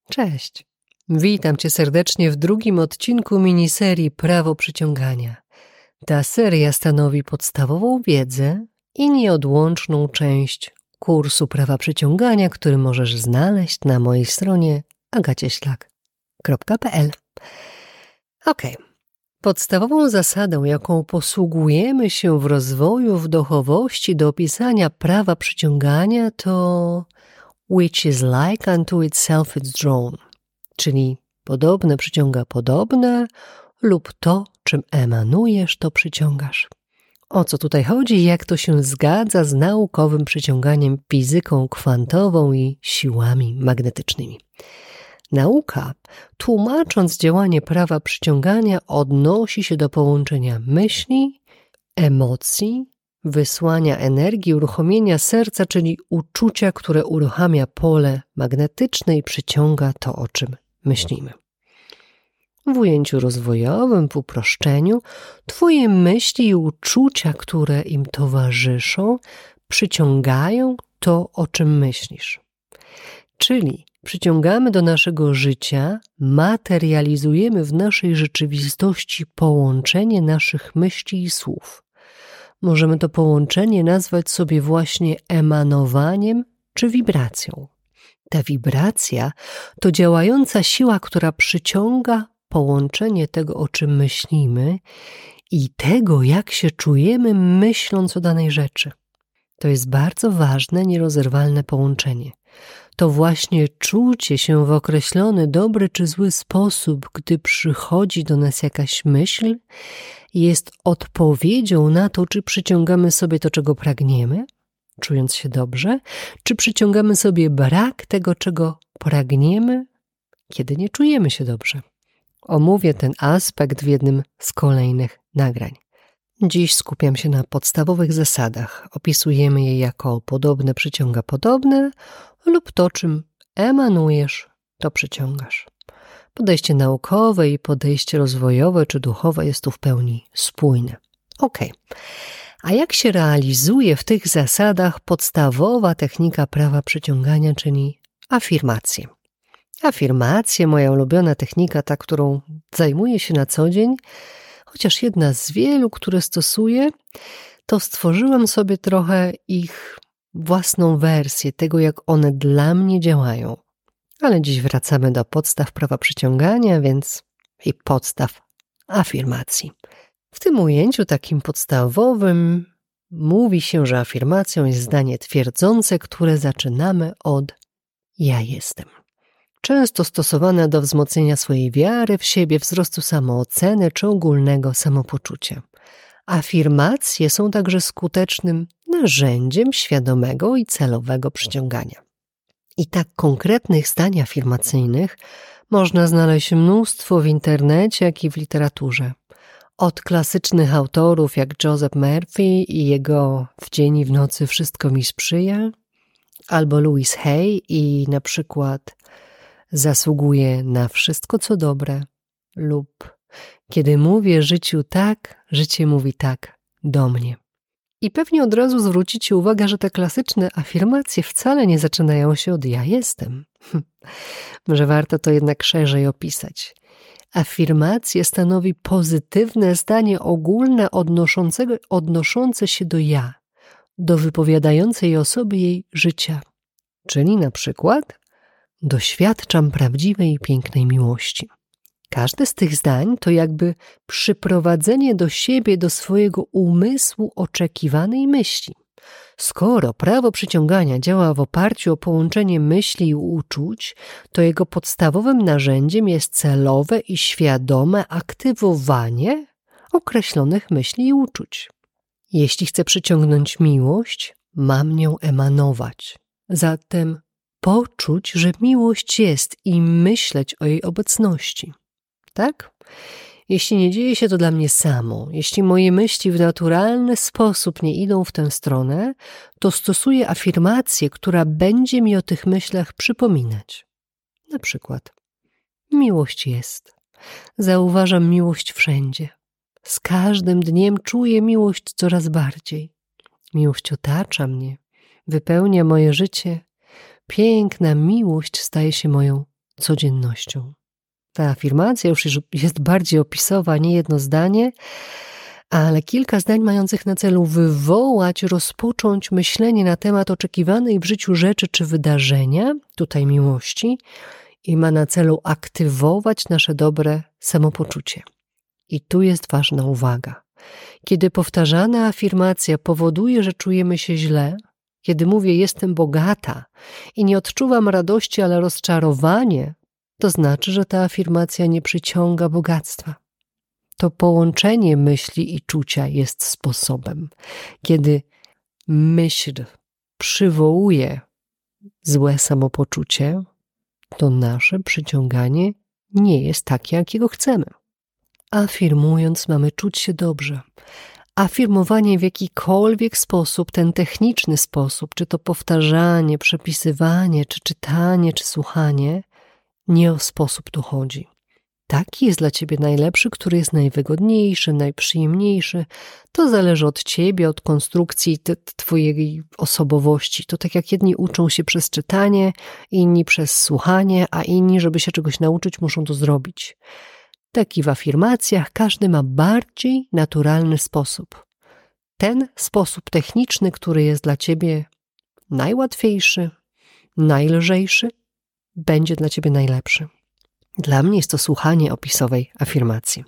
Cześć! Witam Cię serdecznie w drugim odcinku miniserii Prawo przyciągania. Ta seria stanowi podstawową wiedzę i nieodłączną część kursu Prawa przyciągania, który możesz znaleźć na mojej stronie agacieślak.pl. Podstawową zasadą, jaką posługujemy się w rozwoju wdochowości do opisania prawa przyciągania, to which is like unto itself it's drawn, czyli podobne przyciąga podobne lub to, czym emanujesz, to przyciągasz. O co tutaj chodzi, jak to się zgadza z naukowym przyciąganiem, fizyką kwantową i siłami magnetycznymi. Nauka, tłumacząc działanie prawa przyciągania, odnosi się do połączenia myśli, emocji, wysłania energii, uruchomienia serca, czyli uczucia, które uruchamia pole magnetyczne i przyciąga to, o czym myślimy. W ujęciu rozwojowym, w uproszczeniu, Twoje myśli i uczucia, które im towarzyszą, przyciągają to, o czym myślisz. Czyli przyciągamy do naszego życia, materializujemy w naszej rzeczywistości połączenie naszych myśli i słów. Możemy to połączenie nazwać sobie właśnie emanowaniem czy wibracją. Ta wibracja to działająca siła, która przyciąga połączenie tego, o czym myślimy i tego, jak się czujemy, myśląc o danej rzeczy. To jest bardzo ważne, nierozerwalne połączenie. To właśnie czucie się w określony dobry czy zły sposób, gdy przychodzi do nas jakaś myśl, jest odpowiedzią na to, czy przyciągamy sobie to, czego pragniemy, czując się dobrze, czy przyciągamy sobie brak tego, czego pragniemy, kiedy nie czujemy się dobrze. Omówię ten aspekt w jednym z kolejnych nagrań. Dziś skupiam się na podstawowych zasadach. Opisujemy je jako podobne przyciąga podobne lub to, czym emanujesz, to przyciągasz. Podejście naukowe i podejście rozwojowe czy duchowe jest tu w pełni spójne. A jak się realizuje w tych zasadach podstawowa technika prawa przyciągania, czyli afirmacje? Afirmacje, moja ulubiona technika, ta, którą zajmuję się na co dzień, chociaż jedna z wielu, które stosuję, to stworzyłam sobie trochę ich własną wersję tego, jak one dla mnie działają. Ale dziś wracamy do podstaw prawa przyciągania, więc i podstaw afirmacji. W tym ujęciu takim podstawowym mówi się, że afirmacją jest zdanie twierdzące, które zaczynamy od ja jestem. Często stosowane do wzmocnienia swojej wiary w siebie, wzrostu samooceny czy ogólnego samopoczucia. Afirmacje są także skutecznym narzędziem świadomego i celowego przyciągania. I tak konkretnych zdań afirmacyjnych można znaleźć mnóstwo w internecie, jak i w literaturze. Od klasycznych autorów jak Joseph Murphy i jego W dzień i w nocy wszystko mi sprzyja, albo Louise Hay i na przykład zasługuję na wszystko co dobre, lub kiedy mówię życiu tak, życie mówi tak do mnie. I pewnie od razu zwrócicie uwagę, że te klasyczne afirmacje wcale nie zaczynają się od ja jestem. Może warto to jednak szerzej opisać. Afirmacje stanowi pozytywne zdanie ogólne odnoszące się do ja, do wypowiadającej osoby jej życia. Czyli na przykład doświadczam prawdziwej i pięknej miłości. Każde z tych zdań to jakby przyprowadzenie do siebie, do swojego umysłu oczekiwanej myśli. Skoro prawo przyciągania działa w oparciu o połączenie myśli i uczuć, to jego podstawowym narzędziem jest celowe i świadome aktywowanie określonych myśli i uczuć. Jeśli chcę przyciągnąć miłość, mam nią emanować. Zatem poczuć, że miłość jest i myśleć o jej obecności. Tak? Jeśli nie dzieje się to dla mnie samo, jeśli moje myśli w naturalny sposób nie idą w tę stronę, to stosuję afirmację, która będzie mi o tych myślach przypominać. Na przykład: miłość jest. Zauważam miłość wszędzie. Z każdym dniem czuję miłość coraz bardziej. Miłość otacza mnie, wypełnia moje życie. Piękna miłość staje się moją codziennością. Ta afirmacja już jest bardziej opisowa, nie jedno zdanie, ale kilka zdań mających na celu wywołać, rozpocząć myślenie na temat oczekiwanej w życiu rzeczy czy wydarzenia, tutaj miłości, i ma na celu aktywować nasze dobre samopoczucie. I tu jest ważna uwaga. Kiedy powtarzana afirmacja powoduje, że czujemy się źle, kiedy mówię jestem bogata i nie odczuwam radości, ale rozczarowanie, to znaczy, że ta afirmacja nie przyciąga bogactwa. To połączenie myśli i czucia jest sposobem. Kiedy myśl przywołuje złe samopoczucie, to nasze przyciąganie nie jest takie, jakiego chcemy. Afirmując, mamy czuć się dobrze. Afirmowanie w jakikolwiek sposób, ten techniczny sposób, czy to powtarzanie, przepisywanie, czy czytanie, czy słuchanie, nie o sposób tu chodzi. Taki jest dla ciebie najlepszy, który jest najwygodniejszy, najprzyjemniejszy. To zależy od ciebie, od konstrukcji twojej osobowości. To tak jak jedni uczą się przez czytanie, inni przez słuchanie, a inni, żeby się czegoś nauczyć, muszą to zrobić. Tak i w afirmacjach każdy ma bardziej naturalny sposób. Ten sposób techniczny, który jest dla ciebie najłatwiejszy, najlżejszy, będzie dla ciebie najlepszy. Dla mnie jest to słuchanie opisowej afirmacji.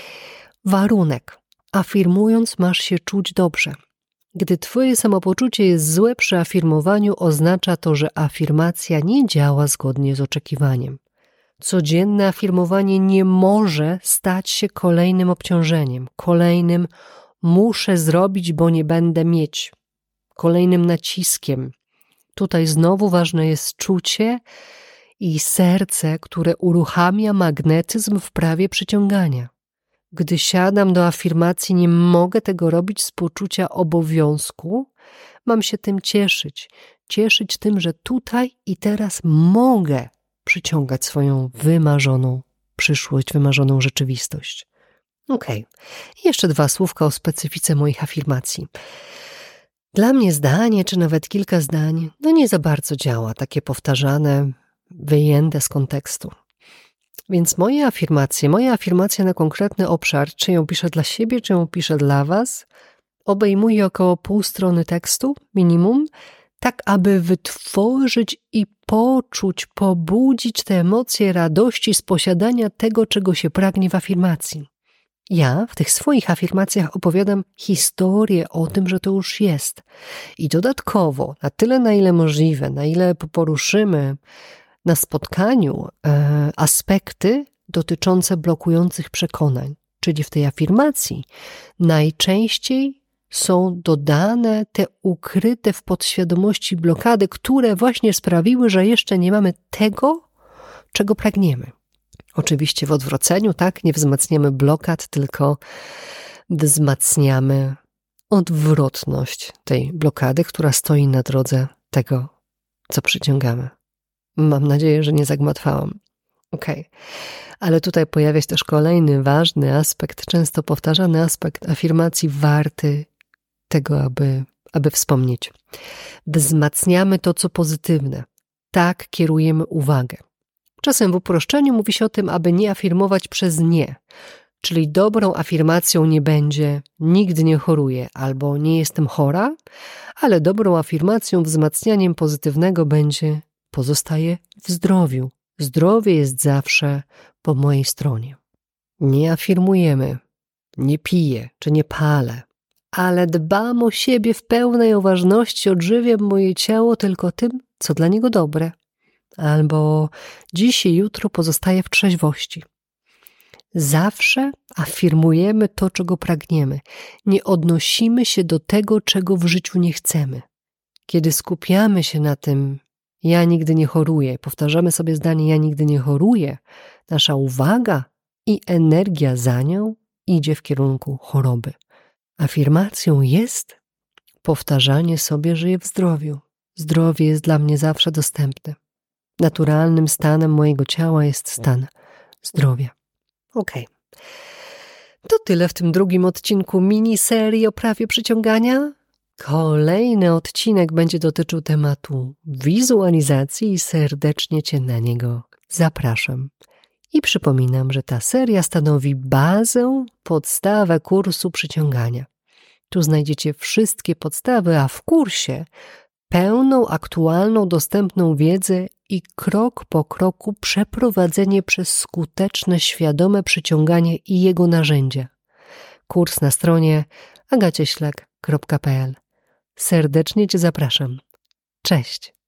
Warunek. Afirmując, masz się czuć dobrze. Gdy twoje samopoczucie jest złe przy afirmowaniu, oznacza to, że afirmacja nie działa zgodnie z oczekiwaniem. Codzienne afirmowanie nie może stać się kolejnym obciążeniem, kolejnym muszę zrobić, bo nie będę mieć, kolejnym naciskiem. Tutaj znowu ważne jest czucie i serce, które uruchamia magnetyzm w prawie przyciągania. Gdy siadam do afirmacji, nie mogę tego robić z poczucia obowiązku. Mam się tym cieszyć. Cieszyć tym, że tutaj i teraz mogę przyciągać swoją wymarzoną przyszłość, wymarzoną rzeczywistość. Okej. Jeszcze 2 słówka o specyfice moich afirmacji. Dla mnie zdanie, czy nawet kilka zdań, nie za bardzo działa, takie powtarzane, wyjęte z kontekstu. Więc moja afirmacja na konkretny obszar, czy ją piszę dla siebie, czy ją piszę dla was, obejmuje około pół strony tekstu, minimum, tak aby wytworzyć i poczuć, pobudzić te emocje radości z posiadania tego, czego się pragnie w afirmacji. Ja w tych swoich afirmacjach opowiadam historię o tym, że to już jest. I dodatkowo, na tyle, na ile możliwe, na ile poruszymy na spotkaniu aspekty dotyczące blokujących przekonań. Czyli w tej afirmacji najczęściej są dodane te ukryte w podświadomości blokady, które właśnie sprawiły, że jeszcze nie mamy tego, czego pragniemy. Oczywiście w odwróceniu, tak? Nie wzmacniamy blokad, tylko wzmacniamy odwrotność tej blokady, która stoi na drodze tego, co przyciągamy. Mam nadzieję, że nie zagmatwałam. Okej. Ale tutaj pojawia się też kolejny ważny aspekt, często powtarzany aspekt afirmacji warty tego, aby wspomnieć. Wzmacniamy to, co pozytywne. Tak kierujemy uwagę. Czasem w uproszczeniu mówi się o tym, aby nie afirmować przez nie. Czyli dobrą afirmacją nie będzie nigdy nie choruję albo nie jestem chora, ale dobrą afirmacją, wzmacnianiem pozytywnego będzie pozostaję w zdrowiu. Zdrowie jest zawsze po mojej stronie. Nie afirmujemy, nie piję czy nie palę, ale dbam o siebie w pełnej uważności, odżywiam moje ciało tylko tym, co dla niego dobre. Albo dziś i jutro pozostaję w trzeźwości. Zawsze afirmujemy to, czego pragniemy. Nie odnosimy się do tego, czego w życiu nie chcemy. Kiedy skupiamy się na tym, ja nigdy nie choruję, powtarzamy sobie zdanie, ja nigdy nie choruję, nasza uwaga i energia za nią idzie w kierunku choroby. Afirmacją jest powtarzanie sobie, żyję w zdrowiu. Zdrowie jest dla mnie zawsze dostępne. Naturalnym stanem mojego ciała jest stan zdrowia. Okej. To tyle w tym drugim odcinku miniserii o prawie przyciągania. Kolejny odcinek będzie dotyczył tematu wizualizacji i serdecznie Cię na niego zapraszam. I przypominam, że ta seria stanowi bazę, podstawę kursu przyciągania. Tu znajdziecie wszystkie podstawy, a w kursie pełną, aktualną, dostępną wiedzę i krok po kroku przeprowadzenie przez skuteczne, świadome przyciąganie i jego narzędzia. Kurs na stronie agacieślak.pl. Serdecznie Cię zapraszam. Cześć!